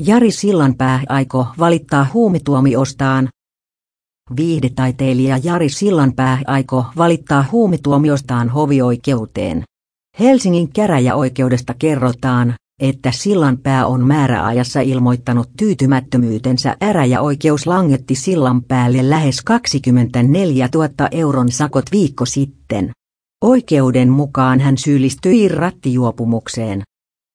Jari Sillanpää aikoo valittaa huumituomiostaan. Viihdetaiteilija Jari Sillanpää aikoo valittaa huumituomiostaan hovioikeuteen. Helsingin käräjäoikeudesta kerrotaan, että Sillanpää on määräajassa ilmoittanut tyytymättömyytensä. Käräjäoikeus langetti Sillanpäälle lähes 24 000 euron sakot viikko sitten. Oikeuden mukaan hän syyllistyi rattijuopumukseen.